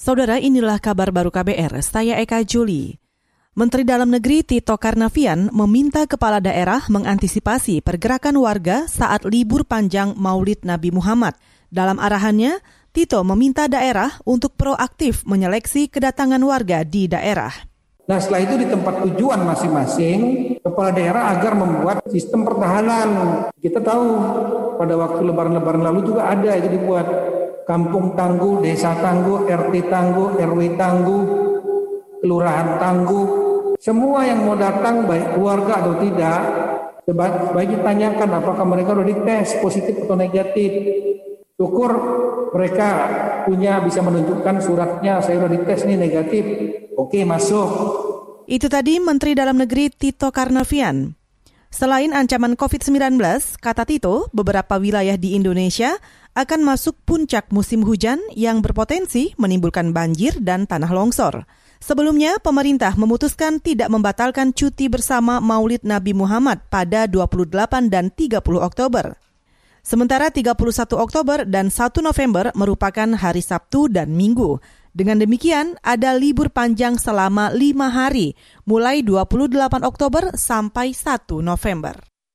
Saudara, inilah kabar baru KBR, saya Eka Juli. Menteri Dalam Negeri Tito Karnavian meminta kepala daerah mengantisipasi pergerakan warga saat libur panjang Maulid Nabi Muhammad. Dalam arahannya, Tito meminta daerah untuk proaktif menyeleksi kedatangan warga di daerah. Nah, setelah itu di tempat tujuan masing-masing, kepala daerah agar membuat sistem pertahanan. Kita tahu pada waktu lebaran-lebaran lalu juga ada itu dibuat. Kampung tangguh, desa tangguh, RT tangguh, RW tangguh, kelurahan tangguh. Semua yang mau datang, baik keluarga atau tidak, sebaiknya tanyakan apakah mereka sudah dites positif atau negatif. Syukur mereka bisa menunjukkan suratnya, saya sudah dites nih negatif, oke masuk. Itu tadi Menteri Dalam Negeri Tito Karnavian. Selain ancaman COVID-19, kata Tito, beberapa wilayah di Indonesia akan masuk puncak musim hujan yang berpotensi menimbulkan banjir dan tanah longsor. Sebelumnya, pemerintah memutuskan tidak membatalkan cuti bersama Maulid Nabi Muhammad pada 28 dan 30 Oktober. Sementara 31 Oktober dan 1 November merupakan hari Sabtu dan Minggu. Dengan demikian, ada libur panjang selama 5 hari, mulai 28 Oktober sampai 1 November.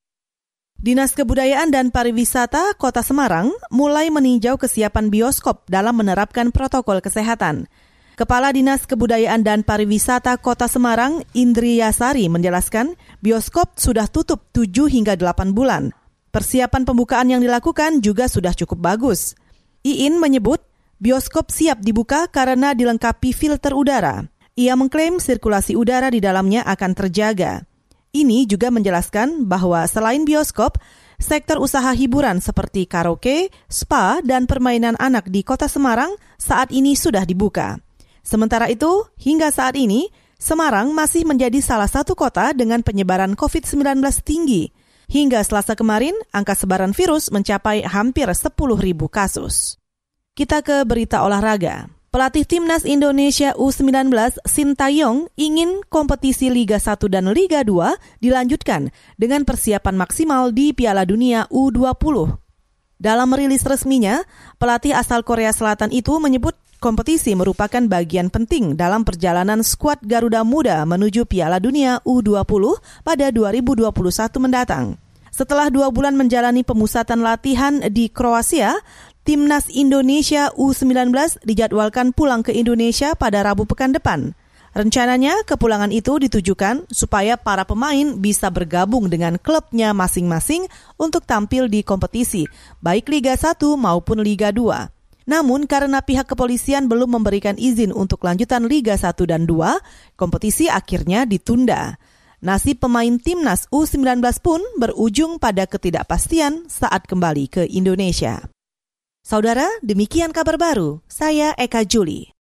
Dinas Kebudayaan dan Pariwisata Kota Semarang mulai meninjau kesiapan bioskop dalam menerapkan protokol kesehatan. Kepala Dinas Kebudayaan dan Pariwisata Kota Semarang, Indri Yasari, menjelaskan bioskop sudah tutup 7 hingga 8 bulan. Persiapan pembukaan yang dilakukan juga sudah cukup bagus. Iin menyebut bioskop siap dibuka karena dilengkapi filter udara. Ia mengklaim sirkulasi udara di dalamnya akan terjaga. Ini juga menjelaskan bahwa selain bioskop, sektor usaha hiburan seperti karaoke, spa, dan permainan anak di Kota Semarang saat ini sudah dibuka. Sementara itu, hingga saat ini, Semarang masih menjadi salah satu kota dengan penyebaran COVID-19 tinggi. Hingga Selasa kemarin, angka sebaran virus mencapai hampir 10.000 kasus. Kita ke berita olahraga. Pelatih Timnas Indonesia U19 Sintayong ingin kompetisi Liga 1 dan Liga 2 dilanjutkan dengan persiapan maksimal di Piala Dunia U20. Dalam rilis resminya, pelatih asal Korea Selatan itu menyebut kompetisi merupakan bagian penting dalam perjalanan skuad Garuda Muda menuju Piala Dunia U20 pada 2021 mendatang. Setelah 2 bulan menjalani pemusatan latihan di Kroasia, Timnas Indonesia U19 dijadwalkan pulang ke Indonesia pada Rabu pekan depan. Rencananya, kepulangan itu ditujukan supaya para pemain bisa bergabung dengan klubnya masing-masing untuk tampil di kompetisi, baik Liga 1 maupun Liga 2. Namun, karena pihak kepolisian belum memberikan izin untuk lanjutan Liga 1 dan 2, kompetisi akhirnya ditunda. Nasib pemain Timnas U19 pun berujung pada ketidakpastian saat kembali ke Indonesia. Saudara, demikian kabar baru. Saya Eka Juli.